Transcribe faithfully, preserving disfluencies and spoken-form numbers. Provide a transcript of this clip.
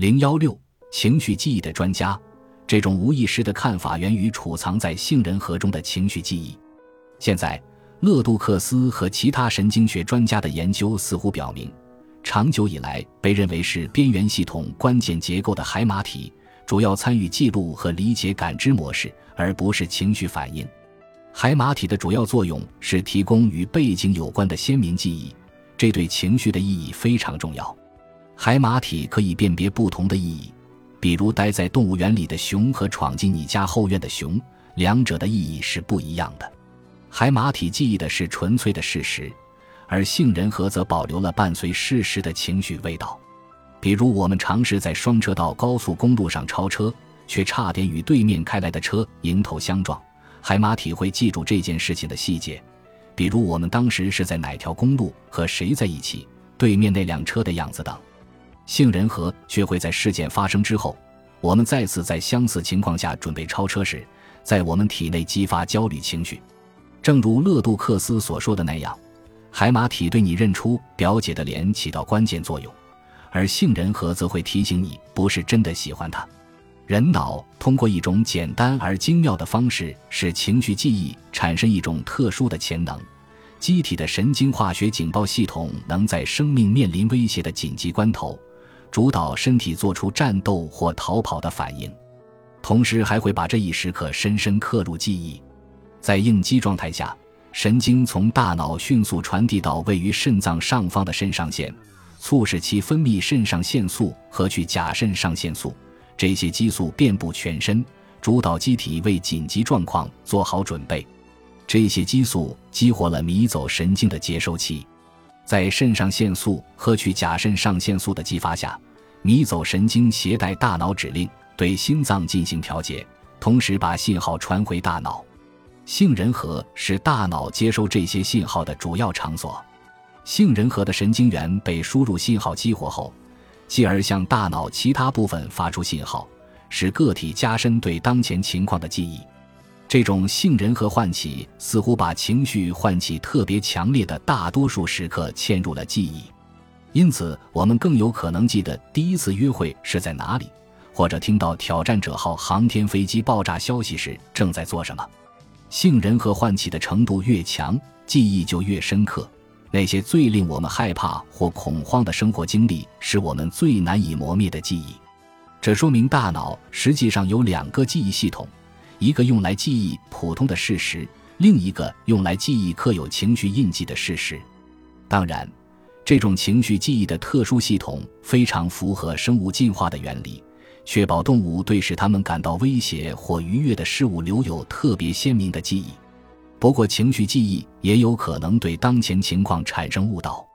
零一六情绪记忆的专家，这种无意识的看法源于储藏在杏仁核中的情绪记忆。现在勒杜克斯和其他神经学专家的研究似乎表明，长久以来被认为是边缘系统关键结构的海马体主要参与记录和理解感知模式，而不是情绪反应。海马体的主要作用是提供与背景有关的鲜明记忆，这对情绪的意义非常重要。海马体可以辨别不同的意义，比如待在动物园里的熊和闯进你家后院的熊，两者的意义是不一样的。海马体记忆的是纯粹的事实，而杏仁核则保留了伴随事实的情绪味道。比如我们尝试在双车道高速公路上超车，却差点与对面开来的车迎头相撞，海马体会记住这件事情的细节，比如我们当时是在哪条公路和谁在一起，对面那辆车的样子等。杏仁核却会在事件发生之后，我们再次在相似情况下准备超车时，在我们体内激发焦虑情绪。正如勒杜克斯所说的那样，海马体对你认出表姐的脸起到关键作用，而杏仁核则会提醒你不是真的喜欢她。人脑通过一种简单而精妙的方式使情绪记忆产生一种特殊的潜能，机体的神经化学警报系统能在生命面临威胁的紧急关头主导身体做出战斗或逃跑的反应，同时还会把这一时刻深深刻入记忆。在应激状态下，神经从大脑迅速传递到位于肾脏上方的肾上腺，促使其分泌肾上腺素和去甲肾上腺素，这些激素遍布全身，主导机体为紧急状况做好准备。这些激素激活了迷走神经的接收器，在肾上腺素和去甲肾上腺素的激发下，迷走神经携带大脑指令对心脏进行调节，同时把信号传回大脑。杏仁核是大脑接收这些信号的主要场所。杏仁核的神经元被输入信号激活后，继而向大脑其他部分发出信号，使个体加深对当前情况的记忆。这种杏仁核唤起似乎把情绪唤起特别强烈的大多数时刻嵌入了记忆，因此我们更有可能记得第一次约会是在哪里，或者听到挑战者号航天飞机爆炸消息时正在做什么。杏仁核唤起的程度越强，记忆就越深刻。那些最令我们害怕或恐慌的生活经历是我们最难以磨灭的记忆。这说明大脑实际上有两个记忆系统，一个用来记忆普通的事实，另一个用来记忆刻有情绪印记的事实。当然，这种情绪记忆的特殊系统非常符合生物进化的原理，确保动物对使它们感到威胁或愉悦的事物留有特别鲜明的记忆。不过情绪记忆也有可能对当前情况产生误导。